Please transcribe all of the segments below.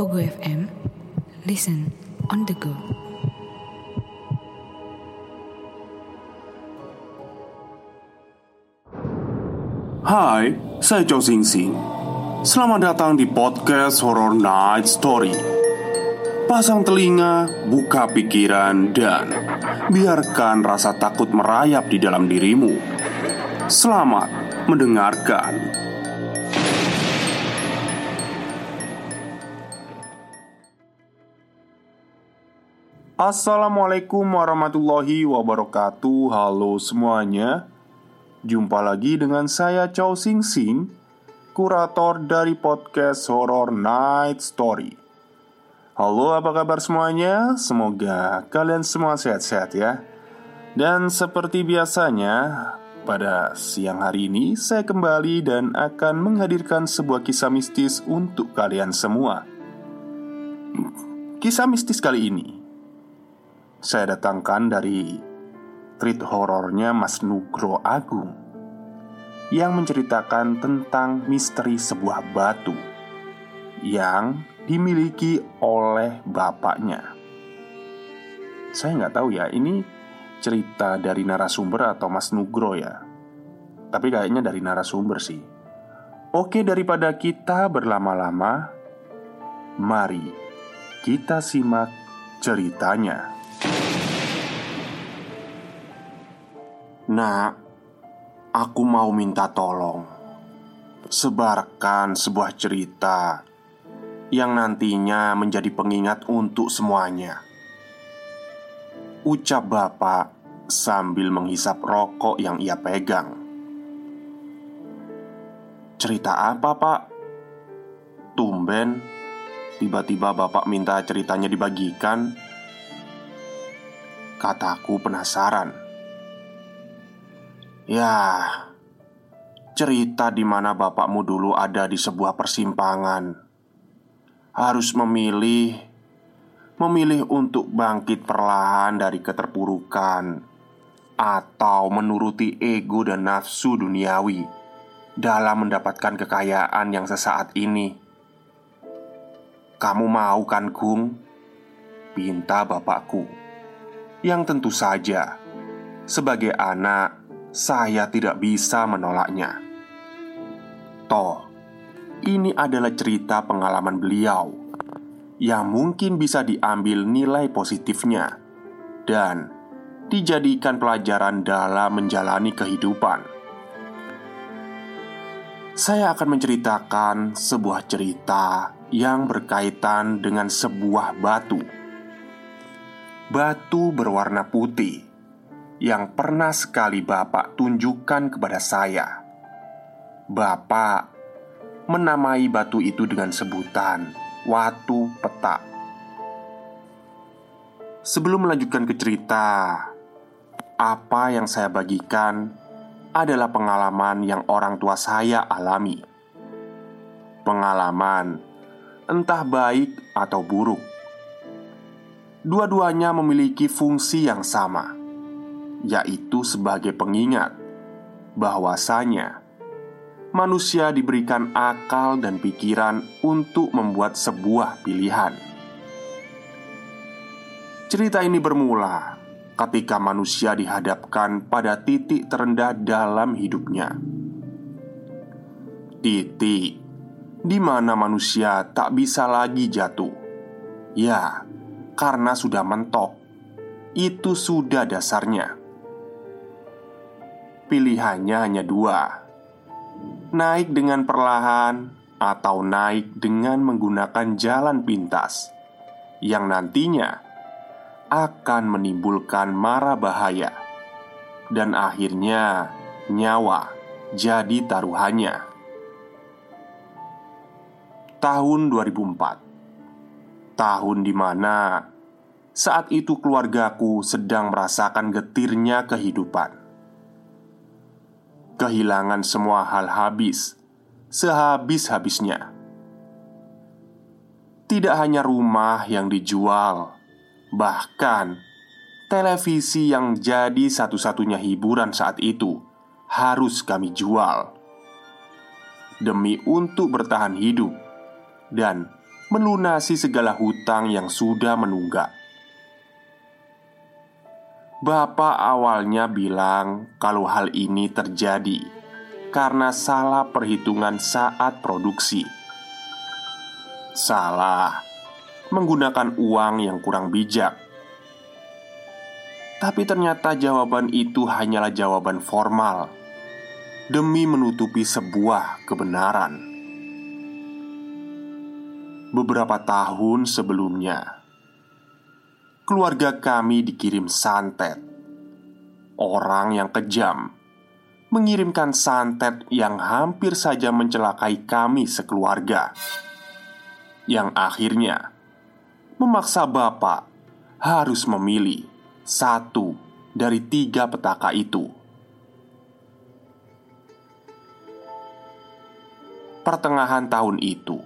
Ogo FM. Listen on the go. Hai, saya Chow Sing Sing. Selamat datang di podcast Horror Night Story. Pasang telinga, buka pikiran, dan biarkan rasa takut merayap di dalam dirimu. Selamat mendengarkan. Assalamualaikum warahmatullahi wabarakatuh. Halo semuanya. Jumpa lagi dengan saya Chow Sing Sing, kurator dari podcast Horror Night Story. Halo, apa kabar semuanya? Semoga kalian semua sehat-sehat ya. Dan seperti biasanya, pada siang hari ini saya kembali dan akan menghadirkan sebuah kisah mistis untuk kalian semua. Kisah mistis kali ini saya datangkan dari treat horornya Mas Nugro Agung yang menceritakan tentang misteri sebuah batu yang dimiliki oleh bapaknya. Saya nggak tahu ya, ini cerita dari narasumber atau Mas Nugro ya. Tapi kayaknya dari narasumber sih. Oke, daripada kita berlama-lama, mari kita simak ceritanya. Nak, aku mau minta tolong. Sebarkan sebuah cerita yang nantinya menjadi pengingat untuk semuanya, ucap bapak sambil menghisap rokok yang ia pegang. Cerita apa, Pak? Tumben tiba-tiba bapak minta ceritanya dibagikan. Kataku penasaran. Ya, cerita di mana bapakmu dulu ada di sebuah persimpangan. Harus memilih untuk bangkit perlahan dari keterpurukan atau menuruti ego dan nafsu duniawi dalam mendapatkan kekayaan yang sesaat ini. Kamu mau kan, Gung? Pinta bapakku. Yang tentu saja, sebagai anak, saya tidak bisa menolaknya. Toh, ini adalah cerita pengalaman beliau yang mungkin bisa diambil nilai positifnya dan dijadikan pelajaran dalam menjalani kehidupan. Saya akan menceritakan sebuah cerita yang berkaitan dengan sebuah batu. Batu berwarna putih yang pernah sekali bapak tunjukkan kepada saya. Bapak menamai batu itu dengan sebutan Watu Petak. Sebelum melanjutkan ke cerita, apa yang saya bagikan adalah pengalaman yang orang tua saya alami. Pengalaman entah baik atau buruk. Dua-duanya memiliki fungsi yang sama, yaitu sebagai pengingat bahwasanya manusia diberikan akal dan pikiran untuk membuat sebuah pilihan. Cerita ini bermula ketika manusia dihadapkan pada titik terendah dalam hidupnya. Titik di mana manusia tak bisa lagi jatuh. Ya, karena sudah mentok. Itu sudah dasarnya. Pilihannya hanya dua: naik dengan perlahan atau naik dengan menggunakan jalan pintas yang nantinya akan menimbulkan mara bahaya dan akhirnya nyawa jadi taruhannya. Tahun 2004, tahun di mana saat itu keluargaku sedang merasakan getirnya kehidupan. Kehilangan semua hal habis, sehabis-habisnya. Tidak hanya rumah yang dijual, bahkan televisi yang jadi satu-satunya hiburan saat itu harus kami jual demi untuk bertahan hidup dan melunasi segala hutang yang sudah menunggak. Bapak awalnya bilang kalau hal ini terjadi karena salah perhitungan saat produksi. Salah menggunakan uang yang kurang bijak. Tapi ternyata jawaban itu hanyalah jawaban formal demi menutupi sebuah kebenaran. Beberapa tahun sebelumnya, keluarga kami dikirim santet. Orang yang kejam mengirimkan santet yang hampir saja mencelakai kami sekeluarga, yang akhirnya memaksa Bapak harus memilih satu dari 3 petaka itu. Pertengahan tahun itu,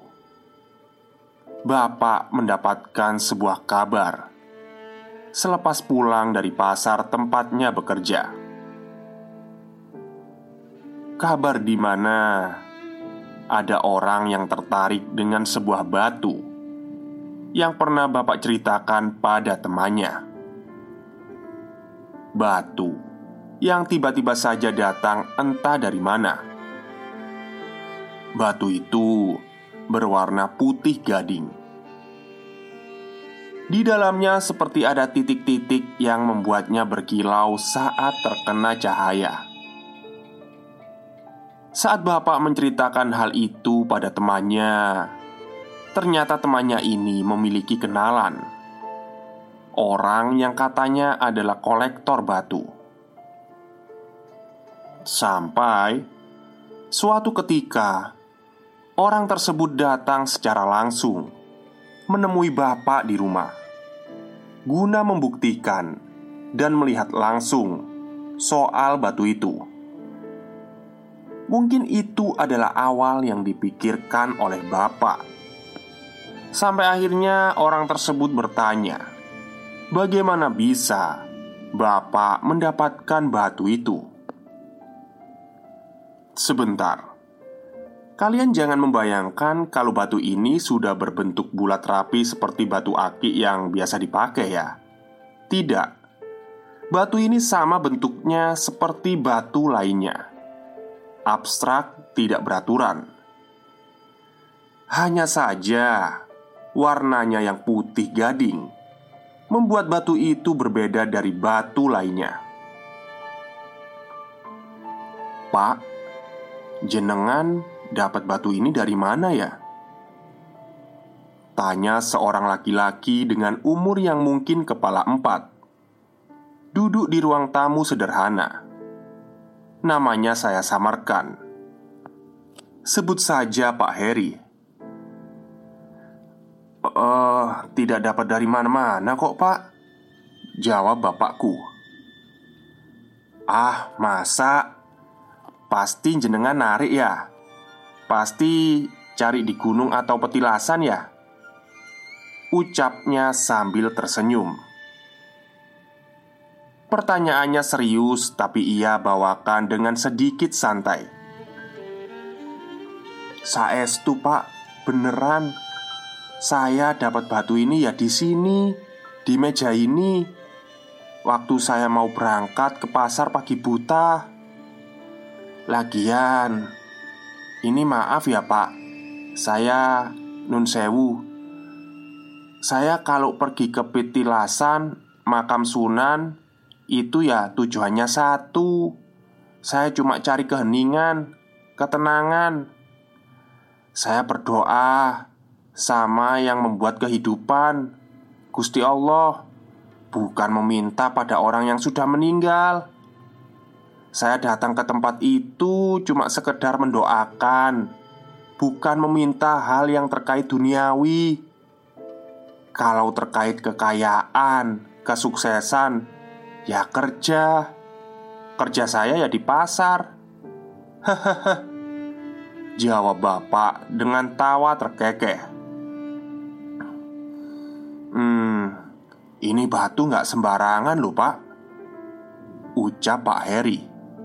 Bapak mendapatkan sebuah kabar selepas pulang dari pasar tempatnya bekerja. Kabar di mana ada orang yang tertarik dengan sebuah batu yang pernah Bapak ceritakan pada temannya. Batu yang tiba-tiba saja datang entah dari mana. Batu itu berwarna putih gading. Di dalamnya seperti ada titik-titik yang membuatnya berkilau saat terkena cahaya. Saat Bapak menceritakan hal itu pada temannya, ternyata temannya ini memiliki kenalan, orang yang katanya adalah kolektor batu. Sampai suatu ketika, orang tersebut datang secara langsung menemui Bapak di rumah guna membuktikan dan melihat langsung soal batu itu. Mungkin itu adalah awal yang dipikirkan oleh Bapak. Sampai akhirnya orang tersebut bertanya, bagaimana bisa Bapak mendapatkan batu itu? Sebentar. Kalian jangan membayangkan kalau batu ini sudah berbentuk bulat rapi seperti batu akik yang biasa dipakai ya. Tidak. Batu ini sama bentuknya seperti batu lainnya. Abstrak, tidak beraturan. Hanya saja warnanya yang putih gading membuat batu itu berbeda dari batu lainnya. Pak, jenengan dapat batu ini dari mana ya? Tanya seorang laki-laki dengan umur yang mungkin kepala 4, duduk di ruang tamu sederhana. Namanya saya samarkan. Sebut saja Pak Heri. Tidak dapat dari mana-mana kok Pak, jawab bapakku. Ah, masa? Pasti jenengan narik ya? Pasti cari di gunung atau petilasan ya? Ucapnya sambil tersenyum. Pertanyaannya serius, tapi ia bawakan dengan sedikit santai. Saestu Pak, beneran. Saya dapat batu ini ya di sini, di meja ini. Waktu saya mau berangkat ke pasar pagi buta. Lagian, ini maaf ya Pak, saya nun sewu. Saya kalau pergi ke petilasan, makam Sunan, itu ya tujuannya satu. Saya cuma cari keheningan, ketenangan. Saya berdoa sama yang membuat kehidupan, Gusti Allah, bukan meminta pada orang yang sudah meninggal. Saya datang ke tempat itu cuma sekedar mendoakan, bukan meminta hal yang terkait duniawi. Kalau terkait kekayaan, kesuksesan, ya kerja. Kerja saya ya di pasar. Hahaha, jawab bapak dengan tawa terkekeh. Ini batu nggak sembarangan loh Pak, ucap Pak Heri.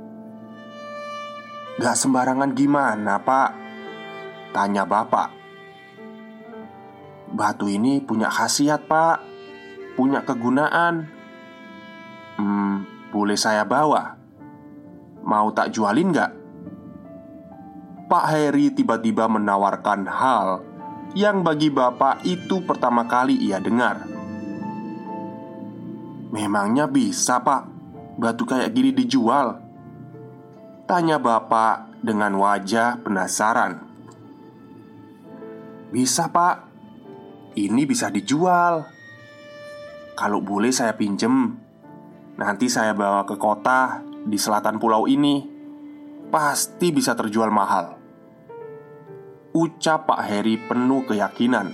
Nggak sembarangan gimana Pak? Tanya bapak. batu ini punya khasiat, Pak. Punya kegunaan. Boleh saya bawa? Mau tak jualin nggak?" Pak Heri tiba-tiba menawarkan hal yang bagi bapak itu pertama kali ia dengar. "Memangnya bisa, Pak, batu kayak gini dijual?" tanya bapak dengan wajah penasaran. "Bisa, Pak. Ini bisa dijual. Kalau boleh saya pinjem. Nanti saya bawa ke kota di selatan pulau ini. Pasti bisa terjual mahal," ucap Pak Heri penuh keyakinan.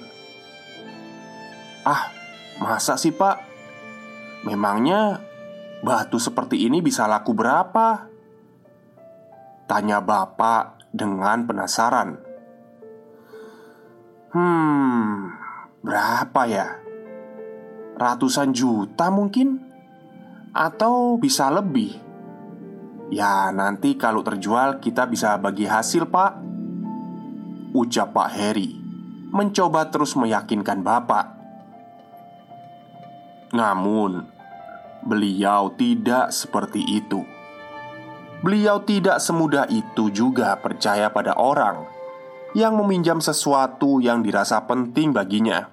"Ah, masa sih, Pak? Memangnya batu seperti ini bisa laku berapa?" tanya bapak dengan penasaran. Berapa ya? Ratusan juta mungkin? Atau bisa lebih? Ya, nanti kalau terjual kita bisa bagi hasil, Pak, ucap Pak Heri, mencoba terus meyakinkan bapak. Namun, beliau tidak seperti itu. Beliau tidak semudah itu juga percaya pada orang yang meminjam sesuatu yang dirasa penting baginya.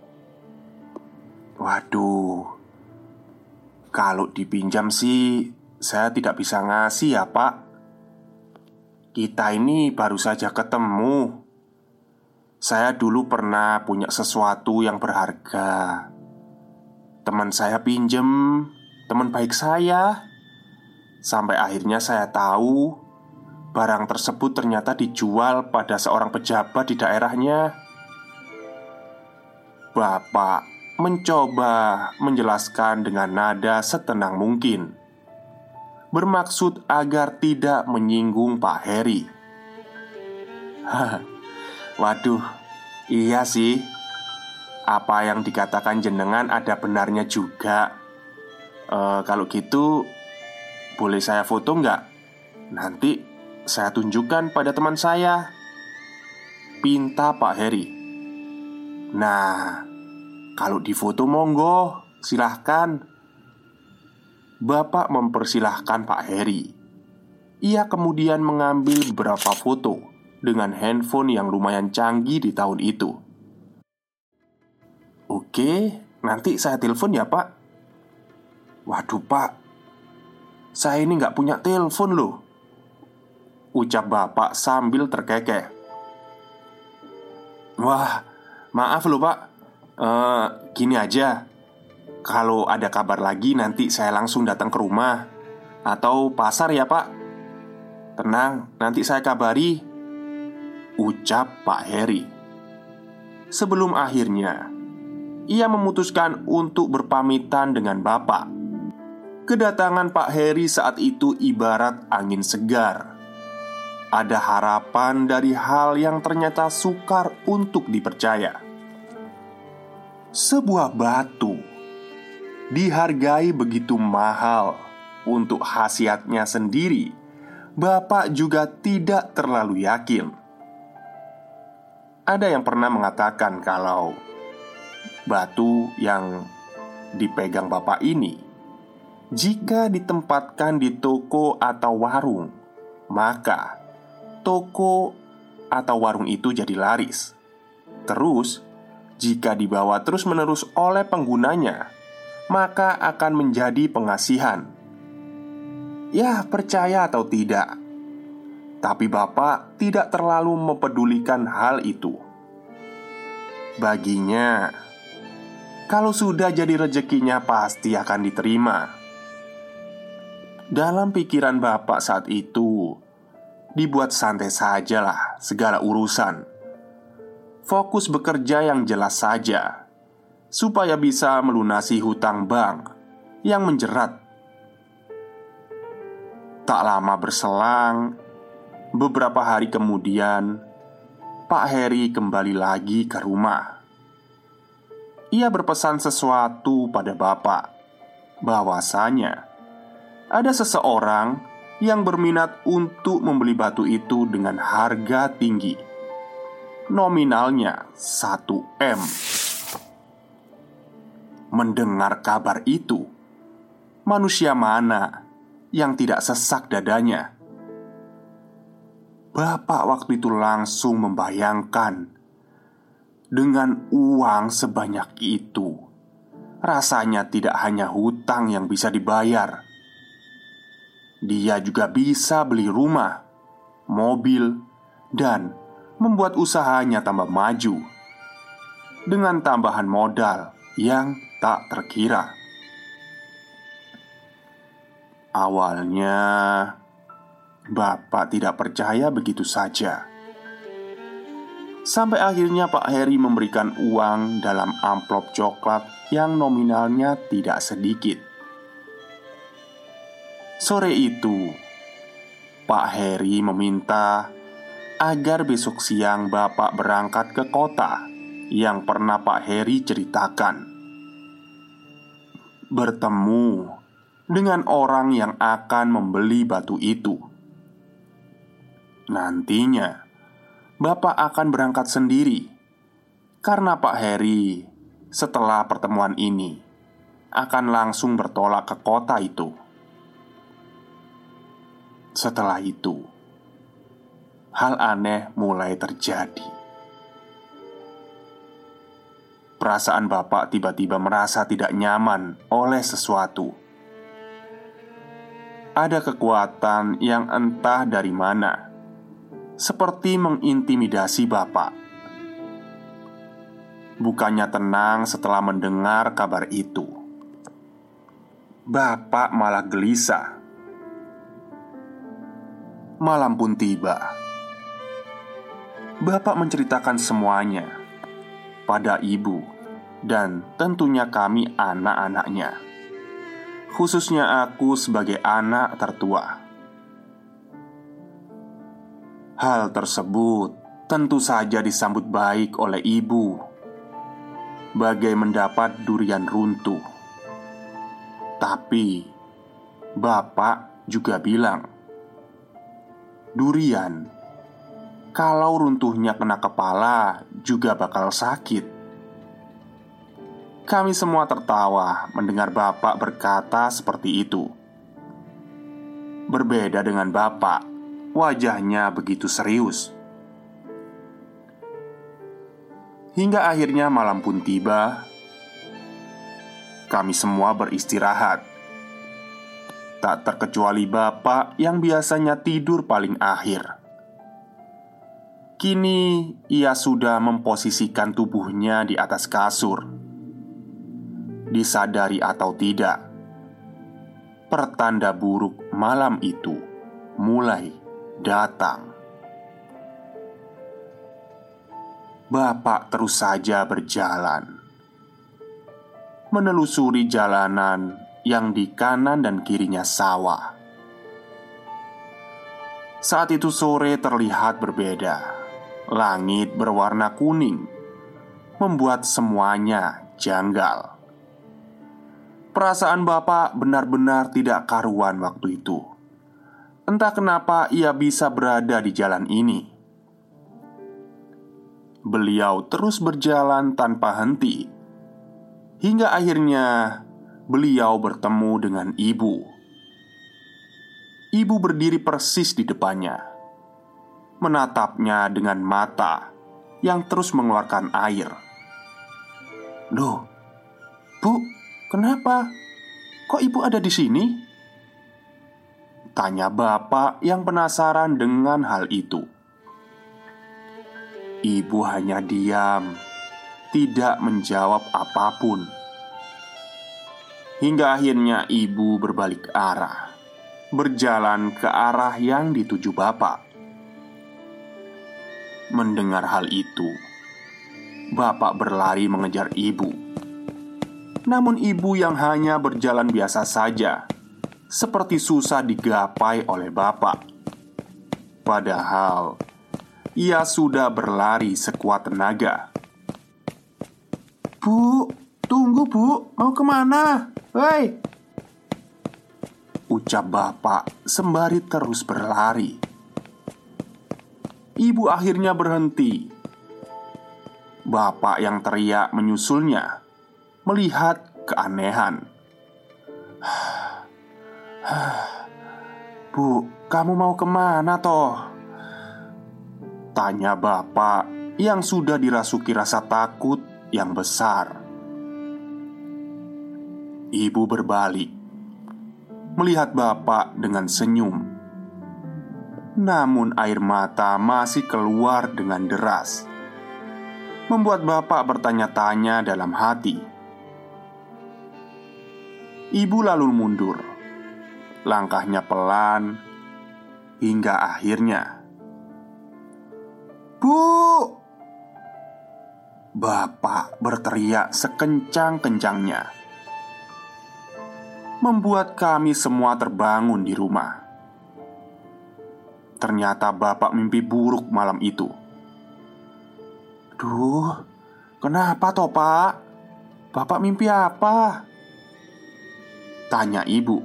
"Waduh, kalau dipinjam sih saya tidak bisa ngasih ya, Pak. Kita ini baru saja ketemu. Saya dulu pernah punya sesuatu yang berharga. Teman saya pinjem, teman baik saya. Sampai akhirnya saya tahu barang tersebut ternyata dijual pada seorang pejabat di daerahnya." Bapak mencoba menjelaskan dengan nada setenang mungkin, bermaksud agar tidak menyinggung Pak Heri. "Waduh, iya sih. Apa yang dikatakan jenengan ada benarnya juga. Kalau gitu, boleh saya foto nggak? Nanti saya tunjukkan pada teman saya," pinta Pak Heri. "Nah, kalau difoto monggo, silahkan." Bapak mempersilahkan Pak Heri. Ia kemudian mengambil beberapa foto dengan handphone yang lumayan canggih di tahun itu. "Oke, nanti saya telepon ya, Pak." "Waduh, Pak, saya ini nggak punya telepon loh," ucap bapak sambil terkekeh. "Wah, maaf loh, Pak. Gini aja. Kalau ada kabar lagi nanti saya langsung datang ke rumah atau pasar ya, Pak. Tenang, nanti saya kabari," ucap Pak Heri. Sebelum akhirnya ia memutuskan untuk berpamitan dengan bapak. Kedatangan Pak Heri saat itu ibarat angin segar. Ada harapan dari hal yang ternyata sukar untuk dipercaya. Sebuah batu dihargai begitu mahal untuk khasiatnya sendiri. Bapak juga tidak terlalu yakin. Ada yang pernah mengatakan kalau batu yang dipegang bapak ini, jika ditempatkan di toko atau warung, maka toko atau warung itu jadi laris. Terus, jika dibawa terus-menerus oleh penggunanya, maka akan menjadi pengasihan. Ya, percaya atau tidak, tapi bapak tidak terlalu mempedulikan hal itu. Baginya, kalau sudah jadi rezekinya pasti akan diterima. Dalam pikiran bapak saat itu, dibuat santai sajalah segala urusan. Fokus bekerja yang jelas saja, supaya bisa melunasi hutang bank yang menjerat. Tak lama berselang, beberapa hari kemudian, Pak Heri kembali lagi ke rumah. Ia berpesan sesuatu pada bapak, bahwasanya ada seseorang yang berminat untuk membeli batu itu dengan harga tinggi. Nominalnya 1 M. Mendengar kabar itu, manusia mana yang tidak sesak dadanya? Bapak waktu itu langsung membayangkan, dengan uang sebanyak itu, rasanya tidak hanya hutang yang bisa dibayar. Dia juga bisa beli rumah, mobil, dan membuat usahanya tambah maju dengan tambahan modal yang tak terkira. Awalnya, Bapak tidak percaya begitu saja. Sampai akhirnya Pak Heri memberikan uang dalam amplop coklat yang nominalnya tidak sedikit. Sore itu, Pak Heri meminta agar besok siang Bapak berangkat ke kota yang pernah Pak Heri ceritakan. Bertemu dengan orang yang akan membeli batu itu. Nantinya Bapak akan berangkat sendiri, karena Pak Heri setelah pertemuan ini akan langsung bertolak ke kota itu. Setelah itu, hal aneh mulai terjadi. Perasaan Bapak tiba-tiba merasa tidak nyaman oleh sesuatu. Ada kekuatan yang entah dari mana, seperti mengintimidasi Bapak. Bukannya tenang setelah mendengar kabar itu, Bapak malah gelisah. Malam pun tiba. Bapak menceritakan semuanya pada ibu dan tentunya kami anak-anaknya, khususnya aku sebagai anak tertua. Hal tersebut tentu saja disambut baik oleh ibu, bagai mendapat durian runtuh. Tapi Bapak juga bilang, durian, kalau runtuhnya kena kepala juga bakal sakit. Kami semua tertawa mendengar Bapak berkata seperti itu. Berbeda dengan Bapak, wajahnya begitu serius. Hingga akhirnya malam pun tiba. Kami semua beristirahat, tak terkecuali Bapak yang biasanya tidur paling akhir. Kini ia sudah memposisikan tubuhnya di atas kasur. Disadari atau tidak, pertanda buruk malam itu mulai datang. Bapak terus saja berjalan, menelusuri jalanan yang di kanan dan kirinya sawah. Saat itu sore terlihat berbeda. Langit berwarna kuning, membuat semuanya janggal. Perasaan Bapak benar-benar tidak karuan waktu itu. Entah kenapa ia bisa berada di jalan ini. Beliau terus berjalan tanpa henti, hingga akhirnya beliau bertemu dengan ibu. Ibu berdiri persis di depannya, menatapnya dengan mata yang terus mengeluarkan air. "Loh, Bu, kenapa? Kok ibu ada di sini?" tanya Bapak yang penasaran dengan hal itu. Ibu hanya diam, tidak menjawab apapun. Hingga akhirnya ibu berbalik arah, berjalan ke arah yang dituju Bapak. Mendengar hal itu, Bapak berlari mengejar ibu. Namun ibu yang hanya berjalan biasa saja, seperti susah digapai oleh Bapak. Padahal ia sudah berlari sekuat tenaga. "Bu, tunggu Bu, mau kemana? Hei!" ucap Bapak sembari terus berlari. Ibu akhirnya berhenti. Bapak yang teriak menyusulnya, melihat keanehan. "Bu, kamu mau kemana toh?" tanya bapak yang sudah dirasuki rasa takut yang besar. Ibu berbalik, melihat bapak dengan senyum. Namun air mata masih keluar dengan deras, membuat bapak bertanya-tanya dalam hati. Ibu lalu mundur, langkahnya pelan, hingga akhirnya, "Bu!" bapak berteriak sekencang-kencangnya, membuat kami semua terbangun di rumah. Ternyata bapak mimpi buruk malam itu. "Duh, kenapa toh pak? Bapak mimpi apa?" tanya ibu.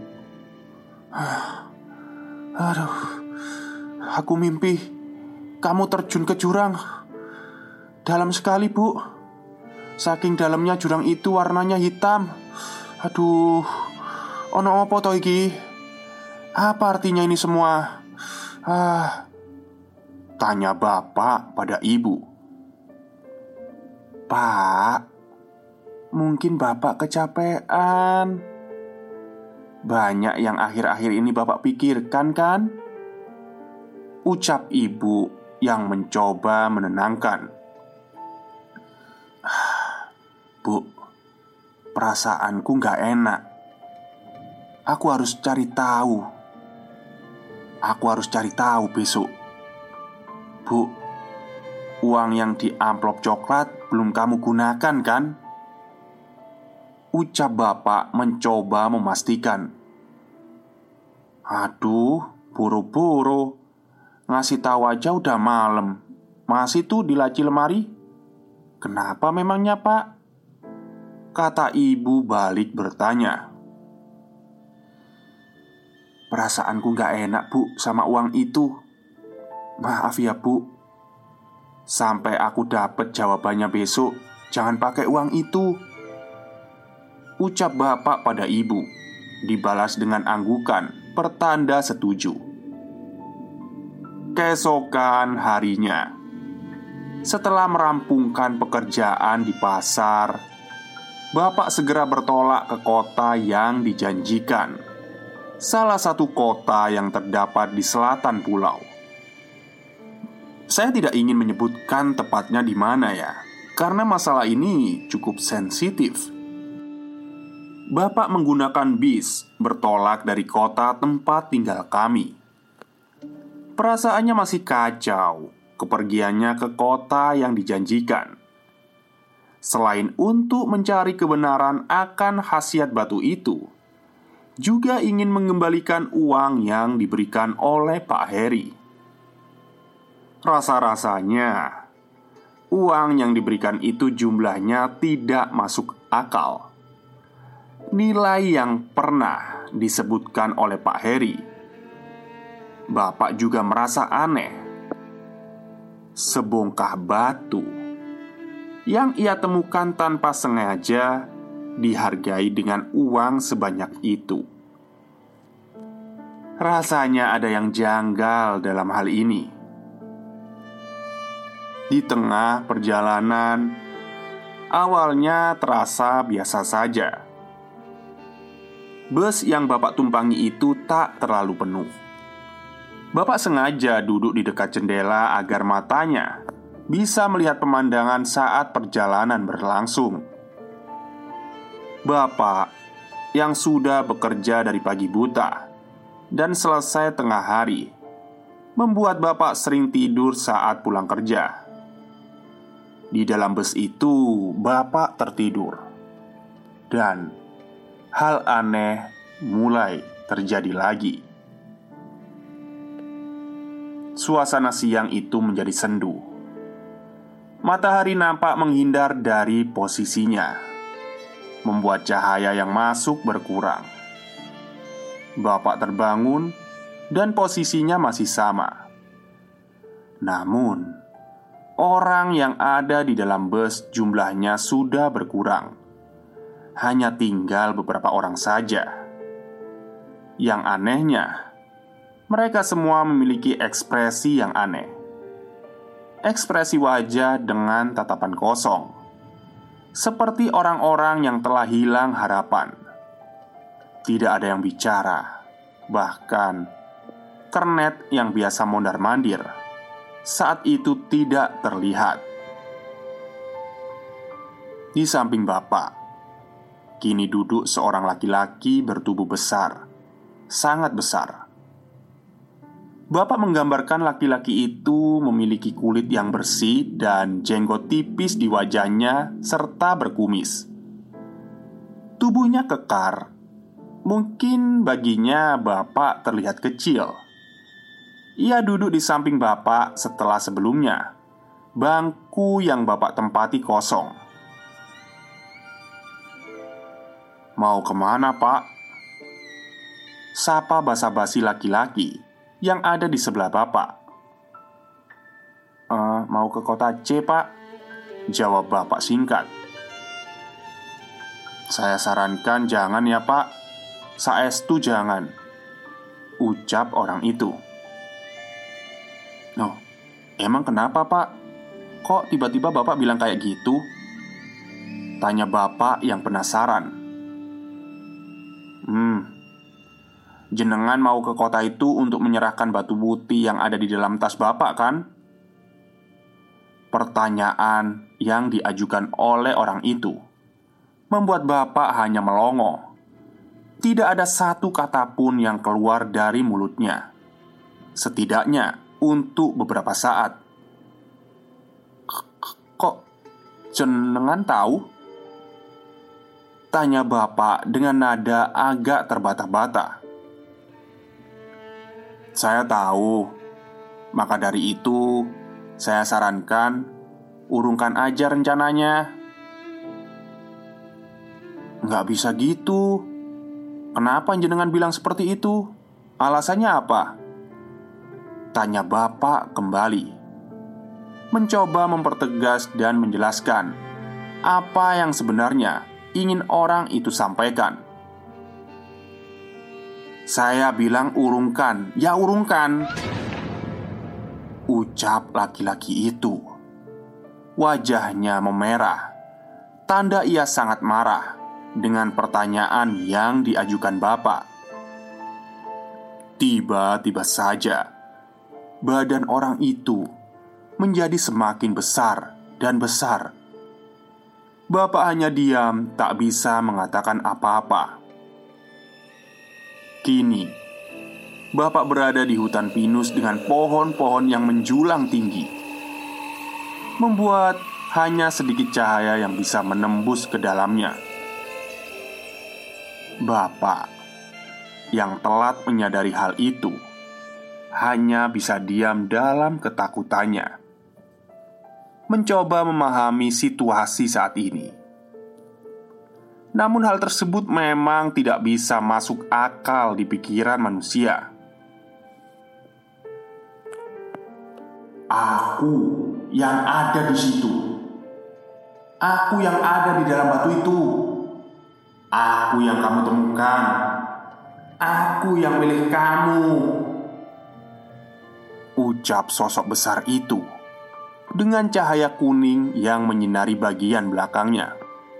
"Aduh, aku mimpi kamu terjun ke jurang. Dalam sekali, Bu. Saking dalamnya jurang itu warnanya hitam. Aduh, ono opo toh iki? Apa artinya ini semua?" tanya bapak pada ibu. "Pak, mungkin bapak kecapean. Banyak yang akhir-akhir ini bapak pikirkan kan?" ucap ibu yang mencoba menenangkan. "Bu, perasaanku gak enak. Aku harus cari tahu. Besok. Bu, uang yang di amplop coklat belum kamu gunakan kan?" ucap bapak mencoba memastikan. "Aduh, buru-buru. Ngasih tahu aja udah malam. Masih tuh di laci lemari. Kenapa memangnya pak?" kata ibu balik bertanya. "Perasaanku gak enak bu sama uang itu. Maaf ya bu. Sampai aku dapet jawabannya besok, jangan pakai uang itu," ucap bapak pada ibu, dibalas dengan anggukan pertanda setuju. Keesokan harinya, setelah merampungkan pekerjaan di pasar, bapak segera bertolak ke kota yang dijanjikan, salah satu kota yang terdapat di selatan pulau. Saya tidak ingin menyebutkan tepatnya di mana ya, karena masalah ini cukup sensitif. Bapak menggunakan bis bertolak dari kota tempat tinggal kami. Perasaannya masih kacau kepergiannya ke kota yang dijanjikan. Selain untuk mencari kebenaran akan khasiat batu itu, juga ingin mengembalikan uang yang diberikan oleh Pak Heri. Rasa-rasanya uang yang diberikan itu jumlahnya tidak masuk akal. Nilai yang pernah disebutkan oleh Pak Heri, bapak juga merasa aneh. Sebongkah batu yang ia temukan tanpa sengaja dihargai dengan uang sebanyak itu. Rasanya ada yang janggal dalam hal ini. Di tengah perjalanan, awalnya terasa biasa saja. Bus yang bapak tumpangi itu tak terlalu penuh. Bapak sengaja duduk di dekat jendela agar matanya bisa melihat pemandangan saat perjalanan berlangsung. Bapak yang sudah bekerja dari pagi buta dan selesai tengah hari membuat bapak sering tidur saat pulang kerja. Di dalam bus itu, bapak tertidur, dan hal aneh mulai terjadi lagi. Suasana siang itu menjadi sendu. Matahari nampak menghindar dari posisinya, membuat cahaya yang masuk berkurang. Bapak terbangun dan posisinya masih sama. Namun, orang yang ada di dalam bus jumlahnya sudah berkurang. hanya tinggal beberapa orang saja. Yang anehnya, mereka semua memiliki ekspresi yang aneh. Ekspresi wajah dengan tatapan kosong, seperti orang-orang yang telah hilang harapan. Tidak ada yang bicara, bahkan kernet yang biasa mondar-mandir saat itu tidak terlihat. Di samping bapak, kini duduk seorang laki-laki bertubuh besar, sangat besar. Bapak menggambarkan laki-laki itu memiliki kulit yang bersih dan jenggot tipis di wajahnya serta berkumis. Tubuhnya kekar. Mungkin baginya bapak terlihat kecil. Ia duduk di samping bapak setelah sebelumnya bangku yang bapak tempati kosong. "Mau kemana, Pak?" sapa basa-basi laki-laki yang ada di sebelah bapak. Mau ke kota C, Pak," jawab bapak singkat. "Saya sarankan jangan ya, Pak. Saestu jangan," ucap orang itu. "Oh, emang kenapa, Pak? Kok tiba-tiba bapak bilang kayak gitu?" tanya bapak yang penasaran. Jenengan mau ke kota itu untuk menyerahkan batu putih yang ada di dalam tas bapak, kan?" Pertanyaan yang diajukan oleh orang itu membuat bapak hanya melongo. Tidak ada satu kata pun yang keluar dari mulutnya, setidaknya untuk beberapa saat. "Kok jenengan tahu?" tanya bapak dengan nada agak terbata-bata. "Saya tahu. Maka dari itu, saya sarankan urungkan aja rencananya." "Nggak bisa gitu. Kenapa jenengan bilang seperti itu? Alasannya apa?" tanya bapak kembali, mencoba mempertegas dan menjelaskan apa yang sebenarnya ingin orang itu sampaikan. "Saya bilang urungkan, ya urungkan," ucap laki-laki itu. Wajahnya memerah, tanda ia sangat marah dengan pertanyaan yang diajukan bapak. Tiba-tiba saja, badan orang itu menjadi semakin besar dan besar. Bapak hanya diam, tak bisa mengatakan apa-apa. Kini, bapak berada di hutan pinus dengan pohon-pohon yang menjulang tinggi, membuat hanya sedikit cahaya yang bisa menembus ke dalamnya. Bapak yang telat menyadari hal itu hanya bisa diam dalam ketakutannya, mencoba memahami situasi saat ini. Namun hal tersebut memang tidak bisa masuk akal di pikiran manusia. "Aku yang ada di situ. Aku yang ada di dalam batu itu. Aku yang kamu temukan. Aku yang milik kamu," ucap sosok besar itu dengan cahaya kuning yang menyinari bagian belakangnya.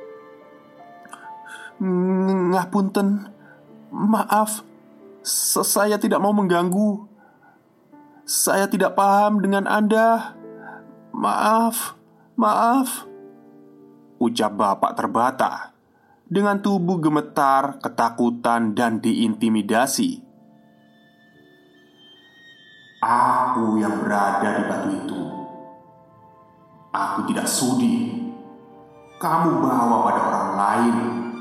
"Ngapunten, maaf, saya tidak mau mengganggu. Saya tidak paham dengan Anda. Maaf, maaf," ucap bapak terbata dengan tubuh gemetar, ketakutan, dan diintimidasi. "Aku yang berada di batu itu. Aku tidak sudi kamu bawa pada orang lain.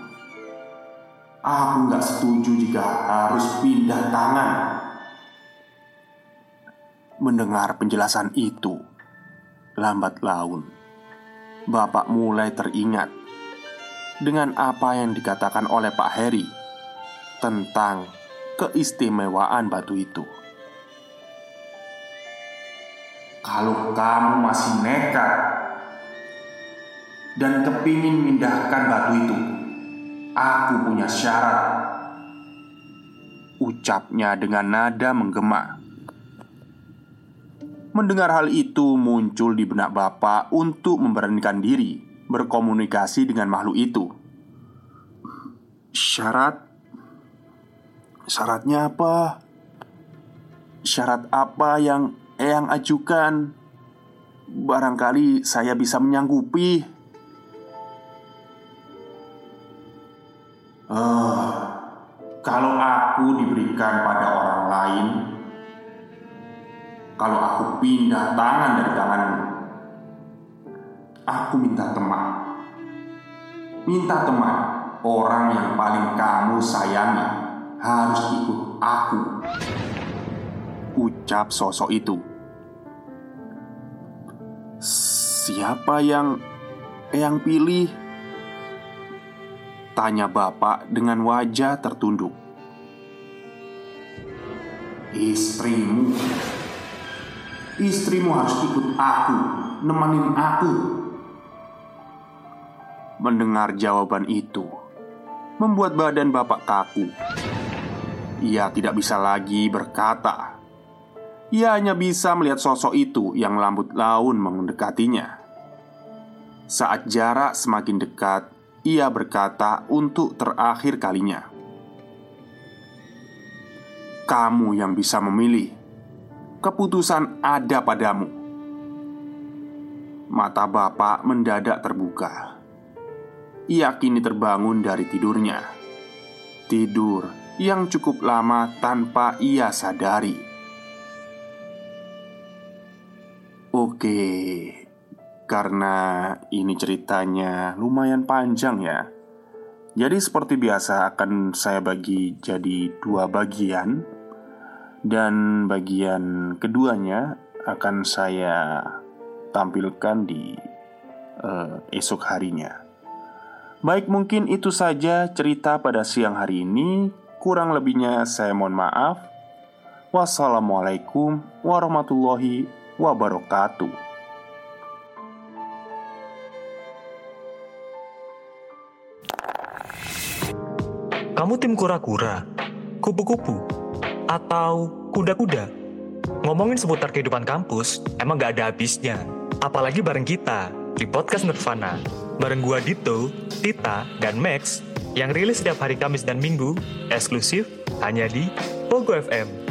Aku gak setuju jika harus pindah tangan." Mendengar penjelasan itu, lambat laun bapak mulai teringat dengan apa yang dikatakan oleh Pak Heri tentang keistimewaan batu itu. "Kalau kamu masih nekat dan kepingin mindahkan batu itu, aku punya syarat, ucapnya dengan nada menggema. Mendengar hal itu muncul di benak bapak untuk memberanikan diri berkomunikasi dengan makhluk itu. Syaratnya apa? Syarat apa yang Eyang ajukan? Barangkali saya bisa menyanggupi. Kalau aku diberikan pada orang lain, kalau aku pindah tangan dari tanganmu, aku minta teman. Minta teman, orang yang paling kamu sayangi harus ikut aku, ucap sosok itu. Siapa yang Eyang pilih? Tanya bapak dengan wajah tertunduk. Istrimu. Istrimu harus ikut aku, nemenin aku. Mendengar jawaban itu membuat badan bapak kaku. Ia tidak bisa lagi berkata. Ia hanya bisa melihat sosok itu yang lambat laun mendekatinya. Saat jarak semakin dekat, ia berkata untuk terakhir kalinya, "Kamu yang bisa memilih. Keputusan ada padamu." Mata bapak mendadak terbuka. Ia kini terbangun dari tidurnya. Tidur yang cukup lama tanpa ia sadari. Oke, karena ini ceritanya lumayan panjang ya. Jadi seperti biasa akan saya bagi jadi 2 bagian. Dan bagian keduanya akan saya tampilkan di esok harinya. Baik, mungkin itu saja cerita pada siang hari ini. Kurang lebihnya saya mohon maaf. Wassalamualaikum warahmatullahi wabarakatuh. Kamu tim kura-kura, kupu-kupu, atau kuda-kuda? Ngomongin seputar kehidupan kampus emang gak ada habisnya. Apalagi bareng kita di Podcast Nirvana. Bareng gua Dito, Tita, dan Max yang rilis setiap hari Kamis dan Minggu, eksklusif hanya di Pogo FM.